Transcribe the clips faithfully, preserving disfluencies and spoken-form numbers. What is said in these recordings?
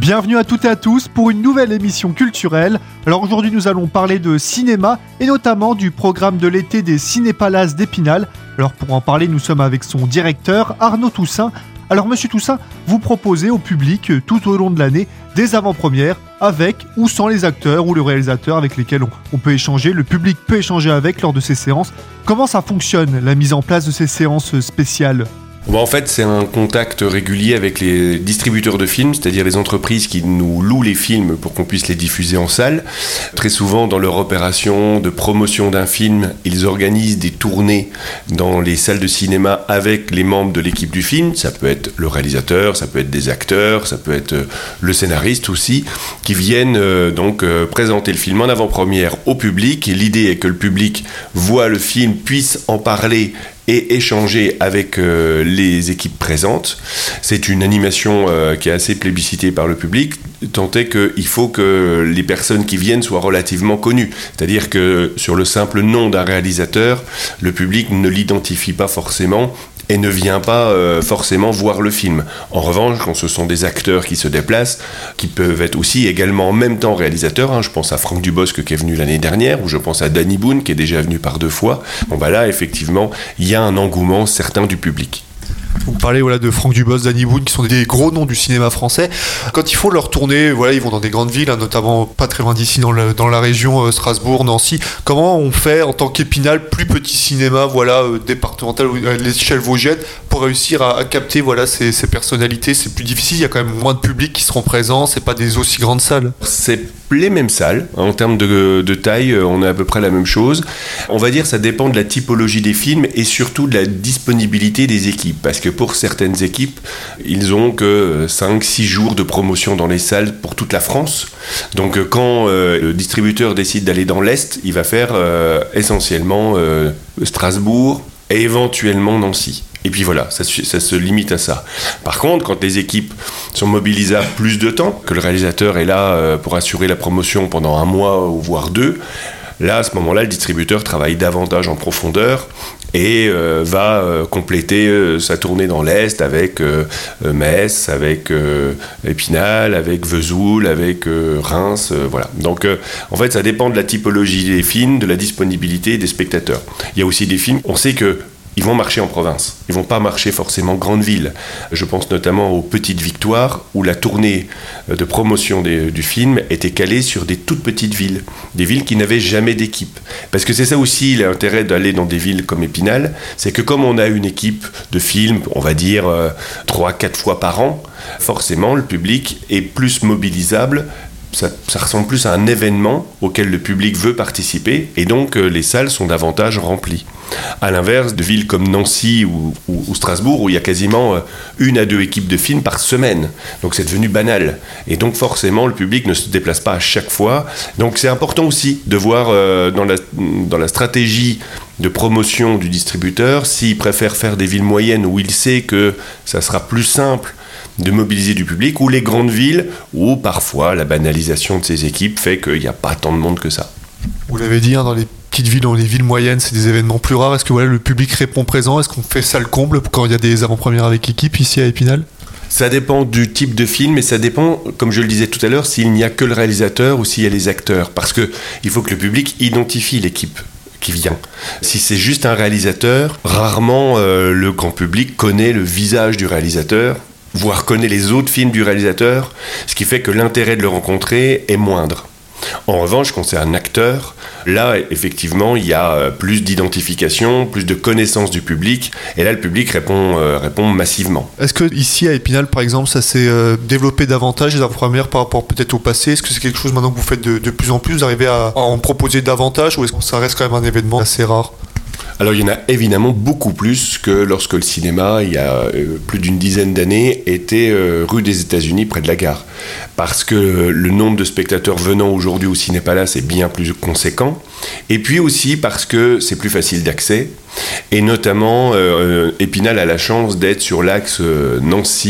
Bienvenue à toutes et à tous pour une nouvelle émission culturelle. Alors aujourd'hui nous allons parler de cinéma et notamment du programme de l'été des Cinépalaces d'Épinal. Alors pour en parler nous sommes avec son directeur Arnaud Toussaint. Alors Monsieur Toussaint, vous proposez au public tout au long de l'année des avant-premières avec ou sans les acteurs ou le réalisateur avec lesquels on, on peut échanger, le public peut échanger avec lors de ces séances. Comment ça fonctionne la mise en place de ces séances spéciales ? Bon, en fait, c'est un contact régulier avec les distributeurs de films, c'est-à-dire les entreprises qui nous louent les films pour qu'on puisse les diffuser en salle. Très souvent, dans leur opération de promotion d'un film, ils organisent des tournées dans les salles de cinéma avec les membres de l'équipe du film. Ça peut être le réalisateur, ça peut être des acteurs, ça peut être le scénariste aussi, qui viennent euh, donc euh, présenter le film en avant-première au public. Et l'idée est que le public voit le film, puisse en parler et échanger avec euh, les équipes présentes. C'est une animation euh, qui est assez plébiscitée par le public, tant est qu'il faut que les personnes qui viennent soient relativement connues. C'est-à-dire que sur le simple nom d'un réalisateur, le public ne l'identifie pas forcément et ne vient pas euh, forcément voir le film. En revanche, quand ce sont des acteurs qui se déplacent, qui peuvent être aussi également en même temps réalisateurs, hein, je pense à Franck Dubosc qui est venu l'année dernière, ou je pense à Danny Boone qui est déjà venu par deux fois, bon bah là, effectivement, il y a un engouement certain du public. Vous parlez voilà, de Franck Dubosc, Danny Boone, qui sont des gros noms du cinéma français. Quand il faut leur tourner, voilà, ils vont dans des grandes villes, hein, notamment pas très loin d'ici, dans, le, dans la région euh, Strasbourg, Nancy. Comment on fait en tant qu'Épinal, plus petit cinéma, voilà, euh, départemental, à l'échelle vosgienne, pour réussir à, à capter voilà, ces, ces personnalités? C'est plus difficile, il y a quand même moins de publics qui seront présents, c'est pas des aussi grandes salles. C'est les mêmes salles, en termes de, de taille, on a à peu près la même chose. On va dire que ça dépend de la typologie des films et surtout de la disponibilité des équipes, parce que pour certaines équipes, ils ont que cinq six jours de promotion dans les salles pour toute la France. Donc quand euh, le distributeur décide d'aller dans l'Est, il va faire euh, essentiellement euh, Strasbourg et éventuellement Nancy. Et puis voilà, ça, ça se limite à ça. Par contre, quand les équipes sont mobilisées à plus de temps, que le réalisateur est là euh, pour assurer la promotion pendant un mois ou voire deux, là, à ce moment-là, le distributeur travaille davantage en profondeur et euh, va euh, compléter euh, sa tournée dans l'Est avec euh, Metz, avec euh, Épinal, avec Vesoul, avec euh, Reims, euh, voilà. Donc, euh, en fait, ça dépend de la typologie des films, de la disponibilité des spectateurs. Il y a aussi des films, on sait que ils vont marcher en province. Ils ne vont pas marcher forcément en grande ville. Je pense notamment aux Petites Victoires, où la tournée de promotion des, du film était calée sur des toutes petites villes. Des villes qui n'avaient jamais d'équipe. Parce que c'est ça aussi l'intérêt d'aller dans des villes comme Épinal, c'est que comme on a une équipe de films, on va dire euh, trois quatre fois par an, forcément le public est plus mobilisable. Ça, ça ressemble plus à un événement auquel le public veut participer et donc euh, les salles sont davantage remplies. À l'inverse de villes comme Nancy ou, ou, ou Strasbourg où il y a quasiment euh, une à deux équipes de films par semaine. Donc c'est devenu banal. Et donc forcément le public ne se déplace pas à chaque fois. Donc c'est important aussi de voir euh, dans, la, dans la stratégie de promotion du distributeur s'il préfère faire des villes moyennes où il sait que ça sera plus simple de mobiliser du public, ou les grandes villes où parfois la banalisation de ces équipes fait qu'il n'y a pas tant de monde que ça. Vous l'avez dit, hein, dans les petites villes, dans les villes moyennes, c'est des événements plus rares. Est-ce que voilà, le public répond présent? Est-ce qu'on fait ça le comble quand il y a des avant-premières avec l'équipe ici à Épinal? Ça dépend du type de film et ça dépend, comme je le disais tout à l'heure, s'il n'y a que le réalisateur ou s'il y a les acteurs. Parce qu'il faut que le public identifie l'équipe qui vient. Si c'est juste un réalisateur, rarement euh, le grand public connaît le visage du réalisateur, voire connaît les autres films du réalisateur, ce qui fait que l'intérêt de le rencontrer est moindre. En revanche, quand c'est un acteur, là, effectivement, il y a plus d'identification, plus de connaissance du public, et là, le public répond, euh, répond massivement. Est-ce que ici à Épinal, par exemple, ça s'est euh, développé davantage les avant-premières par rapport peut-être au passé? Est-ce que c'est quelque chose maintenant que vous faites de, de plus en plus, vous arrivez à, à en proposer davantage, ou est-ce que ça reste quand même un événement assez rare? Alors il y en a évidemment beaucoup plus que lorsque le cinéma, il y a euh, plus d'une dizaine d'années, était euh, rue des États-Unis près de la gare. Parce que le nombre de spectateurs venant aujourd'hui au Cinépalace est bien plus conséquent. Et puis aussi parce que c'est plus facile d'accès. Et notamment, euh, Épinal a la chance d'être sur l'axe euh,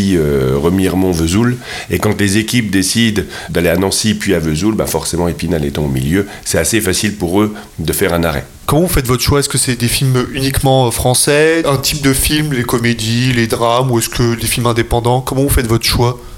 Nancy-Remiremont-Vesoul. Et quand les équipes décident d'aller à Nancy puis à Vesoul, bah forcément Épinal étant au milieu, c'est assez facile pour eux de faire un arrêt. Comment vous faites votre choix? Est-ce que c'est des films uniquement français, un type de film, les comédies, les drames, ou est-ce que des films indépendants? Comment vous faites votre choix?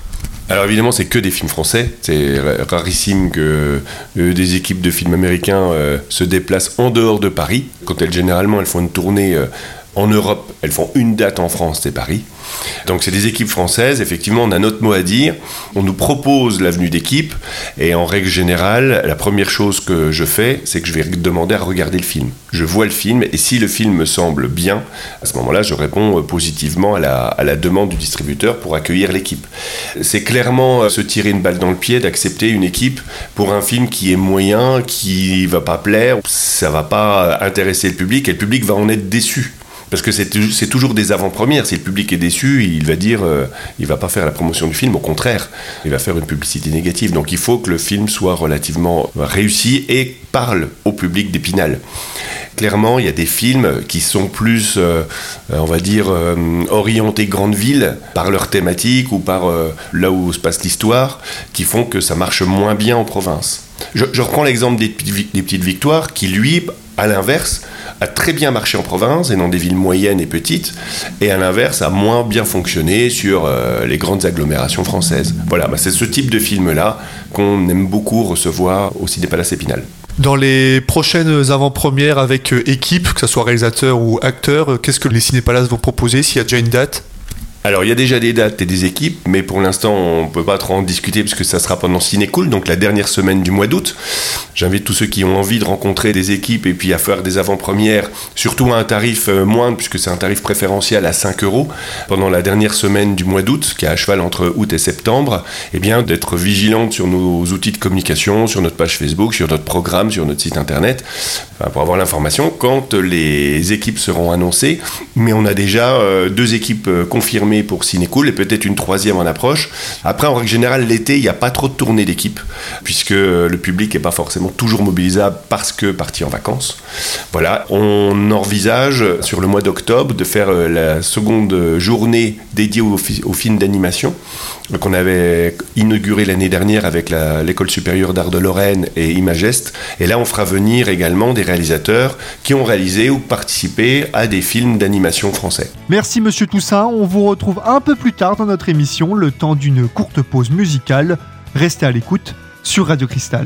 Alors évidemment, c'est que des films français. C'est rarissime que euh, des équipes de films américains euh, se déplacent en dehors de Paris. Quand elles, généralement, elles font une tournée euh, en Europe, elles font une date en France, c'est Paris. Donc c'est des équipes françaises, effectivement on a notre mot à dire, on nous propose la venue d'équipe et en règle générale, la première chose que je fais, c'est que je vais demander à regarder le film. Je vois le film et si le film me semble bien, à ce moment-là je réponds positivement à la, à la demande du distributeur pour accueillir l'équipe. C'est clairement se tirer une balle dans le pied d'accepter une équipe pour un film qui est moyen, qui va pas plaire, ça va pas intéresser le public et le public va en être déçu. Parce que c'est, c'est toujours des avant-premières. Si le public est déçu, il va dire, euh, il va pas faire la promotion du film. Au contraire, il va faire une publicité négative. Donc il faut que le film soit relativement réussi et parle au public d'Épinal. Clairement, il y a des films qui sont plus, euh, on va dire, euh, orientés grande ville par leur thématique ou par euh, là où se passe l'histoire, qui font que ça marche moins bien en province. Je, je reprends l'exemple des, des Petites Victoires, qui lui, à l'inverse, a très bien marché en province et dans des villes moyennes et petites, et à l'inverse a moins bien fonctionné sur euh, les grandes agglomérations françaises. Voilà, bah c'est ce type de film-là qu'on aime beaucoup recevoir au Ciné-Palace Épinal. Dans les prochaines avant-premières avec euh, équipe, que ce soit réalisateur ou acteur, euh, qu'est-ce que les Ciné-Palace vont proposer, s'il y a déjà une date ? Alors, il y a déjà des dates et des équipes, mais pour l'instant, on ne peut pas trop en discuter parce que ça sera pendant Ciné-Cool, donc la dernière semaine du mois d'août. J'invite tous ceux qui ont envie de rencontrer des équipes et puis à faire des avant-premières, surtout à un tarif moindre, puisque c'est un tarif préférentiel à cinq euros, pendant la dernière semaine du mois d'août, qui est à cheval entre août et septembre, eh bien, d'être vigilante sur nos outils de communication, sur notre page Facebook, sur notre programme, sur notre site internet, enfin, pour avoir l'information quand les équipes seront annoncées. Mais on a déjà euh, deux équipes euh, confirmées pour Ciné-Cool et peut-être une troisième en approche. Après, en règle générale, l'été, il n'y a pas trop de tournées d'équipe, puisque le public n'est pas forcément toujours mobilisable parce que parti en vacances. Voilà, on envisage sur le mois d'octobre de faire la seconde journée dédiée au, fi- au film d'animation qu'on avait inauguré l'année dernière avec la, l'École supérieure d'art de Lorraine et Imagest. Et là, on fera venir également des réalisateurs qui ont réalisé ou participé à des films d'animation français. Merci Monsieur Toussaint, on vous retrouve un peu plus tard dans notre émission, le temps d'une courte pause musicale. Restez à l'écoute sur Radio Cristal.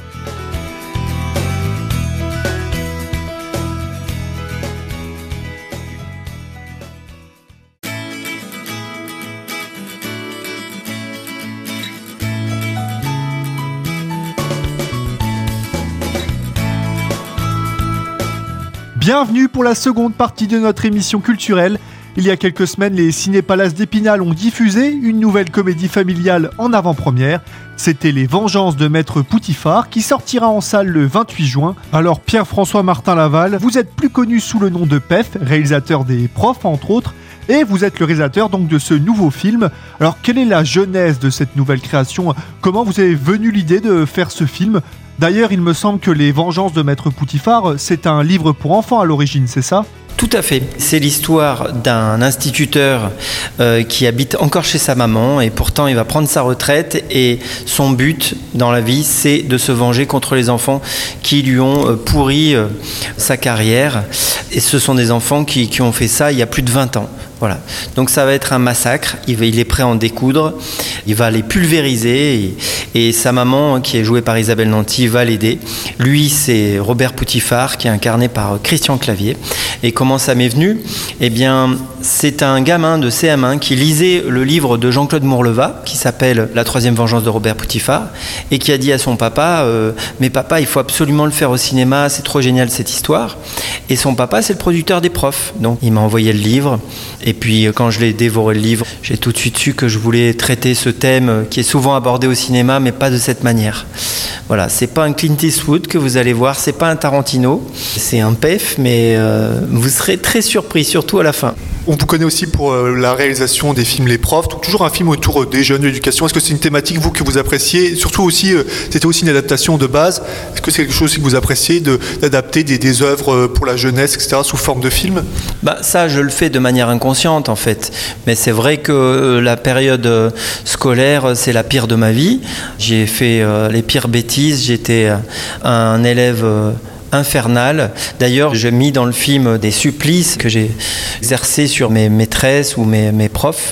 Bienvenue pour la seconde partie de notre émission culturelle. Il y a quelques semaines, les Ciné-Palace d'Épinal ont diffusé une nouvelle comédie familiale en avant-première. C'était Les Vengeances de Maître Poutifard qui sortira en salle le vingt-huit juin. Alors Pierre-François Martin Laval, vous êtes plus connu sous le nom de P E F, réalisateur des Profs entre autres, et vous êtes le réalisateur donc de ce nouveau film. Alors quelle est la genèse de cette nouvelle création ? Comment vous avez venu l'idée de faire ce film ? D'ailleurs, il me semble que Les Vengeances de Maître Poutifard, c'est un livre pour enfants à l'origine, c'est ça ? Tout à fait. C'est l'histoire d'un instituteur euh, qui habite encore chez sa maman et pourtant il va prendre sa retraite et son but dans la vie, c'est de se venger contre les enfants qui lui ont euh, pourri euh, sa carrière. Et ce sont des enfants qui, qui ont fait ça il y a plus de vingt ans. Voilà. Donc ça va être un massacre, il, va, il est prêt à en découdre, il va les pulvériser et, et sa maman, qui est jouée par Isabelle Nanty, va l'aider. Lui, c'est Robert Poutifard, qui est incarné par Christian Clavier. Et comment ça m'est venu ? Eh bien, c'est un gamin de C M un qui lisait le livre de Jean-Claude Mourleva, qui s'appelle La troisième vengeance de Robert Poutifard, et qui a dit à son papa euh, « Mais papa, il faut absolument le faire au cinéma, c'est trop génial cette histoire ». Et son papa, c'est le producteur des Profs. Donc, il m'a envoyé le livre. Et puis, quand je l'ai dévoré le livre, j'ai tout de suite su que je voulais traiter ce thème qui est souvent abordé au cinéma, mais pas de cette manière. Voilà, c'est pas un Clint Eastwood que vous allez voir, c'est pas un Tarantino, c'est un P E F, mais euh, vous serez très surpris, surtout à la fin. On vous connaît aussi pour euh, la réalisation des films Les Profs, donc toujours un film autour des jeunes, de l'éducation. Est-ce que c'est une thématique, vous, que vous appréciez ? Surtout aussi, euh, c'était aussi une adaptation de base. Est-ce que c'est quelque chose que vous appréciez, de, d'adapter des, des œuvres pour la jeunesse, et cetera, sous forme de film ? Bah, ça, je le fais de manière inconsciente, en fait. Mais c'est vrai que euh, la période euh, scolaire, c'est la pire de ma vie. J'ai fait euh, les pires bêtises. J'étais euh, un élève... Euh, infernal. D'ailleurs, j'ai mis dans le film des supplices que j'ai exercés sur mes maîtresses ou mes, mes profs.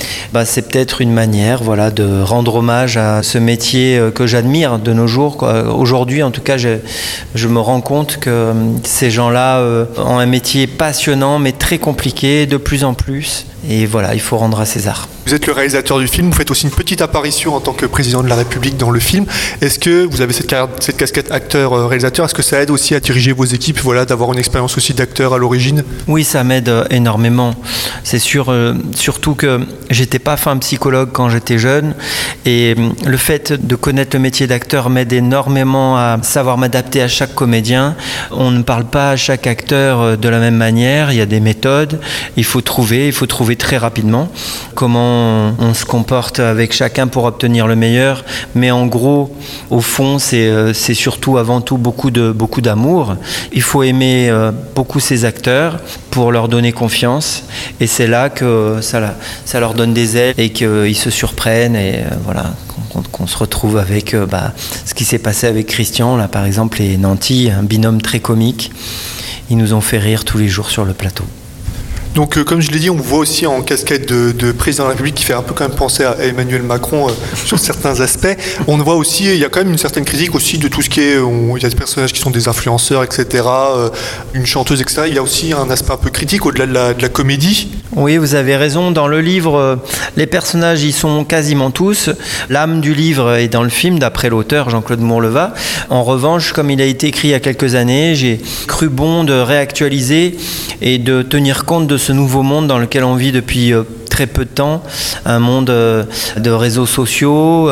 bah, c'est peut-être une manière, voilà, de rendre hommage à ce métier que j'admire de nos jours, quoi. Aujourd'hui, en tout cas, je, je me rends compte que ces gens-là euh, ont un métier passionnant, mais très compliqué, de plus en plus. Et voilà, il faut rendre à César. Vous êtes le réalisateur du film, vous faites aussi une petite apparition en tant que président de la République dans le film. Est-ce que vous avez cette, carrière, cette casquette acteur-réalisateur, est-ce que ça aide aussi à diriger vos équipes, voilà, d'avoir une expérience aussi d'acteur à l'origine ? Oui, ça m'aide énormément. C'est sûr, euh, surtout que j'étais pas fin psychologue quand j'étais jeune, et le fait de connaître le métier d'acteur m'aide énormément à savoir m'adapter à chaque comédien. On ne parle pas à chaque acteur de la même manière, il y a des méthodes, il faut trouver, il faut trouver très rapidement comment on se comporte avec chacun pour obtenir le meilleur, mais en gros, au fond, c'est, c'est surtout avant tout beaucoup, de, beaucoup d'amour. Il faut aimer beaucoup ses acteurs pour leur donner confiance, et c'est là que ça, ça leur donne des ailes et qu'ils se surprennent, et voilà, qu'on, qu'on se retrouve avec bah, ce qui s'est passé avec Christian, là par exemple, et Nanty, un binôme très comique. Ils nous ont fait rire tous les jours sur le plateau. Donc, euh, comme je l'ai dit, on vous voit aussi en casquette de, de président de la République qui fait un peu quand même penser à Emmanuel Macron euh, sur certains aspects. On voit aussi, il y a quand même une certaine critique aussi de tout ce qui est, on, il y a des personnages qui sont des influenceurs, et cetera, euh, une chanteuse, et cetera. Il y a aussi un aspect un peu critique au-delà de la, de la comédie. Oui, vous avez raison. Dans le livre, les personnages y sont quasiment tous. L'âme du livre est dans le film, d'après l'auteur Jean-Claude Mourleva. En revanche, comme il a été écrit il y a quelques années, j'ai cru bon de réactualiser et de tenir compte de ce nouveau monde dans lequel on vit depuis très peu de temps, un monde de réseaux sociaux,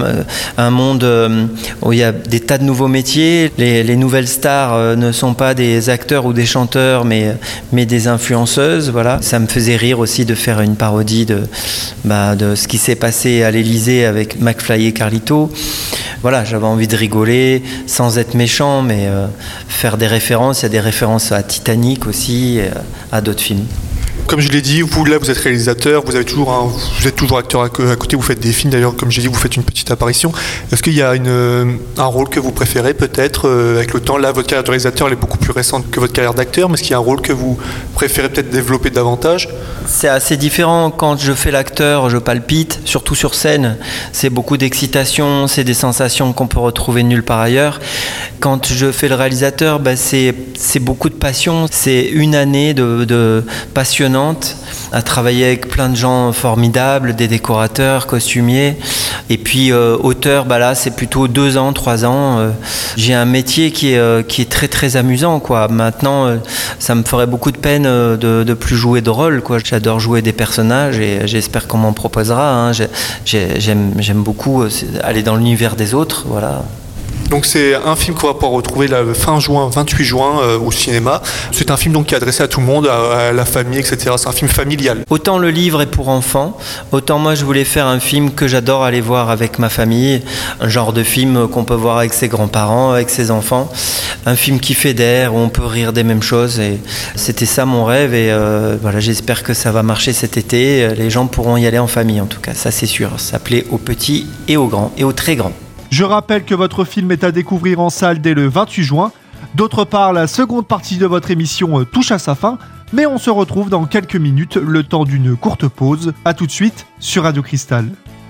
un monde où il y a des tas de nouveaux métiers. Les, les nouvelles stars ne sont pas des acteurs ou des chanteurs, mais, mais des influenceuses. Voilà. Ça me faisait rire aussi de faire une parodie de, bah, de ce qui s'est passé à l'Élysée avec McFly et Carlito. Voilà, j'avais envie de rigoler sans être méchant, mais euh, faire des références. Il y a des références à Titanic aussi, à d'autres films. Comme je l'ai dit, vous là vous êtes réalisateur, vous avez toujours un, vous êtes toujours acteur à côté, vous faites des films d'ailleurs, comme j'ai dit, vous faites une petite apparition. Est-ce qu'il y a une, un rôle que vous préférez peut-être euh, avec le temps? Là, votre carrière de réalisateur elle est beaucoup plus récente que votre carrière d'acteur, mais est-ce qu'il y a un rôle que vous préférez peut-être développer davantage? C'est assez différent. Quand je fais l'acteur, je palpite, surtout sur scène. C'est beaucoup d'excitation, c'est des sensations qu'on peut retrouver nulle part ailleurs. Quand je fais le réalisateur, ben c'est, c'est beaucoup de passion. C'est une année de, de passionnante à travailler avec plein de gens formidables, des décorateurs, costumiers. Et puis euh, auteur, bah là c'est plutôt deux ans, trois ans. Euh, j'ai un métier qui est, euh, qui est très très amusant, quoi. Maintenant, euh, ça me ferait beaucoup de peine euh, de, de plus jouer de rôle, quoi. J'adore jouer des personnages et j'espère qu'on m'en proposera. Hein. J'ai, j'ai, j'aime, j'aime beaucoup euh, aller dans l'univers des autres, voilà. Donc c'est un film qu'on va pouvoir retrouver la fin juin, vingt-huit juin euh, au cinéma. C'est un film donc qui est adressé à tout le monde, à, à la famille, et cetera. C'est un film familial. Autant le livre est pour enfants, autant moi je voulais faire un film que j'adore aller voir avec ma famille, un genre de film qu'on peut voir avec ses grands-parents, avec ses enfants, un film qui fédère, où on peut rire des mêmes choses. Et c'était ça mon rêve et euh, voilà, j'espère que ça va marcher cet été. Les gens pourront y aller en famille en tout cas, ça c'est sûr. Ça plaît aux petits et aux grands et aux très grands. Je rappelle que votre film est à découvrir en salle dès le vingt-huit juin. D'autre part, la seconde partie de votre émission touche à sa fin, mais on se retrouve dans quelques minutes, le temps d'une courte pause. A tout de suite sur Radio Cristal.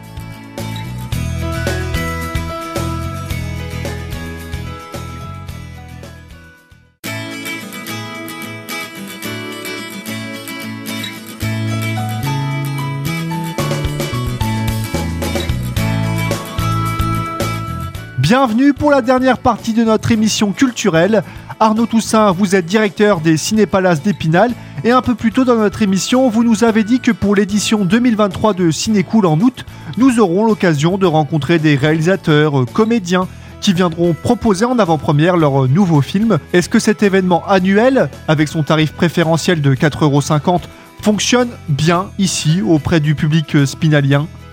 Bienvenue pour la dernière partie de notre émission culturelle. Arnaud Toussaint, vous êtes directeur des Cinépalaces d'Épinal et un peu plus tôt dans notre émission, vous nous avez dit que pour l'édition deux mille vingt-trois de Cinécool en août, nous aurons l'occasion de rencontrer des réalisateurs, comédiens qui viendront proposer en avant-première leur nouveau film. Est-ce que cet événement annuel, avec son tarif préférentiel de quatre euros cinquante, fonctionne bien ici auprès du public spinalien ?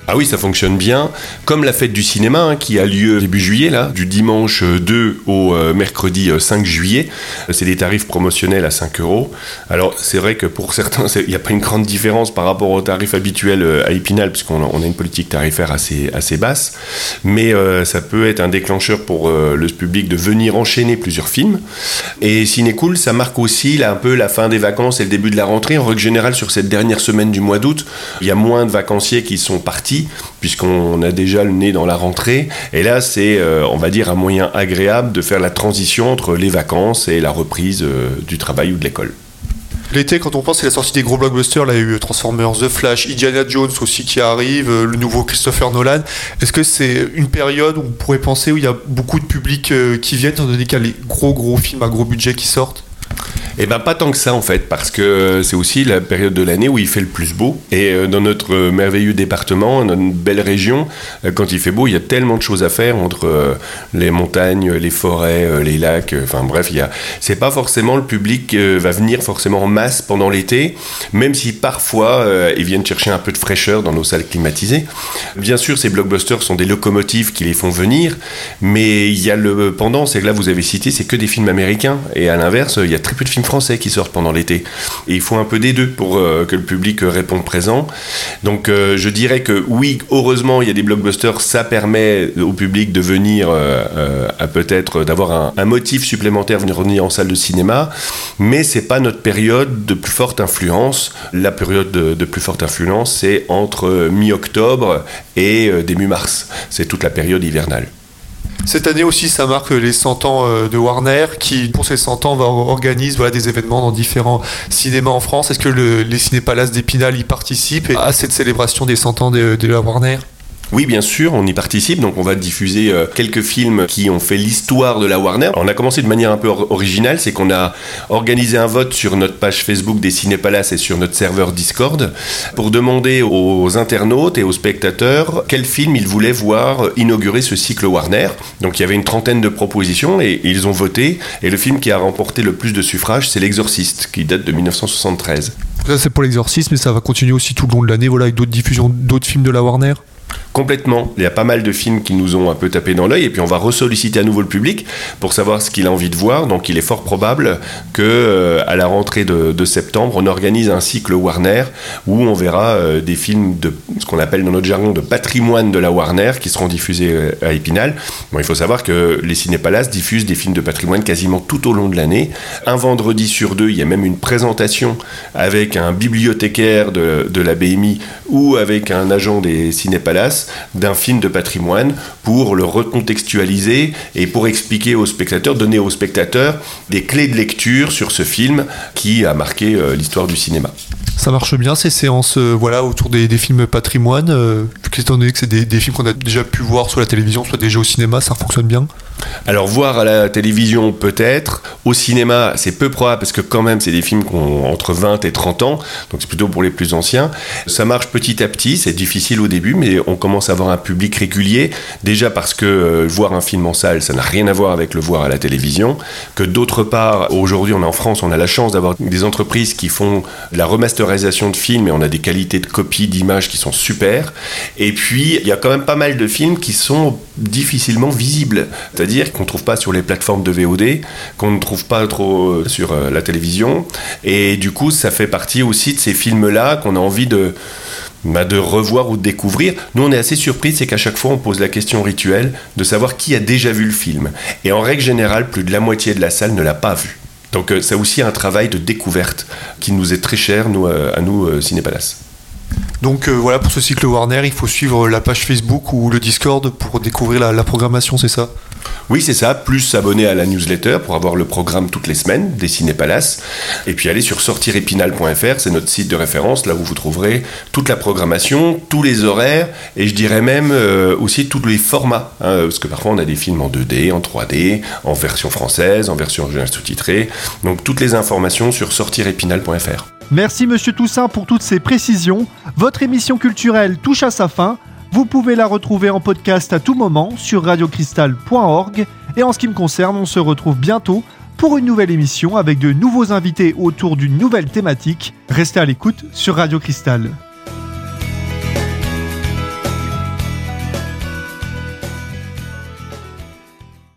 Ah oui, ça fonctionne bien. Comme la fête du cinéma hein, qui a lieu début juillet, là, du dimanche deux au euh, mercredi cinq juillet. C'est des tarifs promotionnels à cinq euros. Alors, c'est vrai que pour certains, il n'y a pas une grande différence par rapport aux tarifs habituels à Épinal, puisqu'on a, on a une politique tarifaire assez, assez basse. Mais euh, ça peut être un déclencheur pour euh, le public de venir enchaîner plusieurs films. Et Ciné-Cool, ça marque aussi là, un peu la fin des vacances et le début de la rentrée. En règle générale, sur cette dernière semaine du mois d'août, il y a moins de vacanciers qui sont partis, puisqu'on a déjà le nez dans la rentrée. Et là, c'est, euh, on va dire, un moyen agréable de faire la transition entre les vacances et la reprise euh, du travail ou de l'école. L'été, quand on pense à la sortie des gros blockbusters, là, il y a eu Transformers, The Flash, Indiana Jones aussi qui arrive, le nouveau Christopher Nolan. Est-ce que c'est une période où on pourrait penser où il y a beaucoup de public euh, qui viennent, étant donné qu'il y a les gros gros films à gros budget qui sortent ? Eh bien, pas tant que ça, en fait, parce que c'est aussi la période de l'année où il fait le plus beau. Et dans notre merveilleux département, dans une belle région, quand il fait beau, il y a tellement de choses à faire entre les montagnes, les forêts, les lacs. Enfin bref, il y a... c'est pas forcément le public va venir forcément en masse pendant l'été, même si parfois ils viennent chercher un peu de fraîcheur dans nos salles climatisées. Bien sûr, ces blockbusters sont des locomotives qui les font venir, mais il y a le pendant, c'est que là, vous avez cité, c'est que des films américains. Et à l'inverse, il y a très peu de films français qui sortent pendant l'été. Et il faut un peu des deux pour euh, que le public réponde présent. Donc euh, je dirais que oui, heureusement, il y a des blockbusters, ça permet au public de venir, euh, euh, à peut-être d'avoir un, un motif supplémentaire, venir revenir en salle de cinéma, mais c'est pas notre période de plus forte influence. La période de, de plus forte influence, c'est entre mi-octobre et euh, début mars. C'est toute la période hivernale. Cette année aussi, ça marque les cent ans de Warner, qui, pour ces cent ans, va organise voilà, des événements dans différents cinémas en France. Est-ce que le, les Cinépalaces d'Épinal y participent à cette célébration des cent ans de, de la Warner ? Oui, bien sûr, on y participe, donc on va diffuser euh, quelques films qui ont fait l'histoire de la Warner. On a commencé de manière un peu or- originale, c'est qu'on a organisé un vote sur notre page Facebook des Cinépalaces et sur notre serveur Discord pour demander aux internautes et aux spectateurs quel film ils voulaient voir inaugurer ce cycle Warner. Donc il y avait une trentaine de propositions et, et ils ont voté, et le film qui a remporté le plus de suffrages, c'est L'Exorciste, qui date de dix-neuf cent soixante-treize. Ça, c'est pour L'Exorciste, mais ça va continuer aussi tout le long de l'année, voilà, avec d'autres diffusions, d'autres films de la Warner. Complètement. Il y a pas mal de films qui nous ont un peu tapé dans l'œil, et puis on va ressolliciter à nouveau le public pour savoir ce qu'il a envie de voir. Donc il est fort probable que euh, à la rentrée de, de septembre, on organise un cycle Warner où on verra euh, des films de ce qu'on appelle dans notre jargon de patrimoine de la Warner qui seront diffusés euh, à Épinal. Bon, il faut savoir que les Cinépalaces diffusent des films de patrimoine quasiment tout au long de l'année. Un vendredi sur deux, il y a même une présentation avec un bibliothécaire de, de la B M I ou avec un agent des Cinépalaces d'un film de patrimoine pour le recontextualiser et pour expliquer aux spectateurs, donner aux spectateurs des clés de lecture sur ce film qui a marqué euh, l'histoire du cinéma. Ça marche bien ces séances euh, voilà, autour des, des films patrimoine, euh, étant donné que c'est des, des films qu'on a déjà pu voir sur la télévision, soit déjà au cinéma, ça fonctionne bien? Alors voir à la télévision peut-être, au cinéma c'est peu probable parce que quand même c'est des films qui ont entre vingt et trente ans, donc c'est plutôt pour les plus anciens. Ça marche petit à petit, c'est difficile au début mais on commence à avoir un public régulier, déjà parce que euh, voir un film en salle ça n'a rien à voir avec le voir à la télévision, que d'autre part aujourd'hui on est en France, on a la chance d'avoir des entreprises qui font de la remasterisation de films et on a des qualités de copie, d'images qui sont super, et puis il y a quand même pas mal de films qui sont difficilement visibles, c'est-à-dire qu'on ne trouve pas sur les plateformes de V O D, qu'on ne trouve pas trop sur euh, la télévision, et du coup ça fait partie aussi de ces films-là qu'on a envie de, bah, de revoir ou de découvrir. Nous on est assez surpris, c'est qu'à chaque fois on pose la question rituelle de savoir qui a déjà vu le film, et en règle générale plus de la moitié de la salle ne l'a pas vu. Donc euh, c'est aussi un travail de découverte qui nous est très cher nous, euh, à nous euh, Cinépalaces. Donc euh, voilà, pour ce cycle Warner, il faut suivre la page Facebook ou le Discord pour découvrir la, la programmation, c'est ça ? Oui, c'est ça, plus s'abonner à la newsletter pour avoir le programme toutes les semaines des Cinépalaces, et puis aller sur sortir épinal point f r, c'est notre site de référence, là où vous trouverez toute la programmation, tous les horaires, et je dirais même euh, aussi tous les formats, hein, parce que parfois on a des films en deux D, en trois D, en version française, en version originale sous-titrée, donc toutes les informations sur sortir épinal point f r. Merci Monsieur Toussaint pour toutes ces précisions. Votre émission culturelle touche à sa fin. Vous pouvez la retrouver en podcast à tout moment sur radio cristal point org. Et en ce qui me concerne, on se retrouve bientôt pour une nouvelle émission avec de nouveaux invités autour d'une nouvelle thématique. Restez à l'écoute sur Radio Cristal.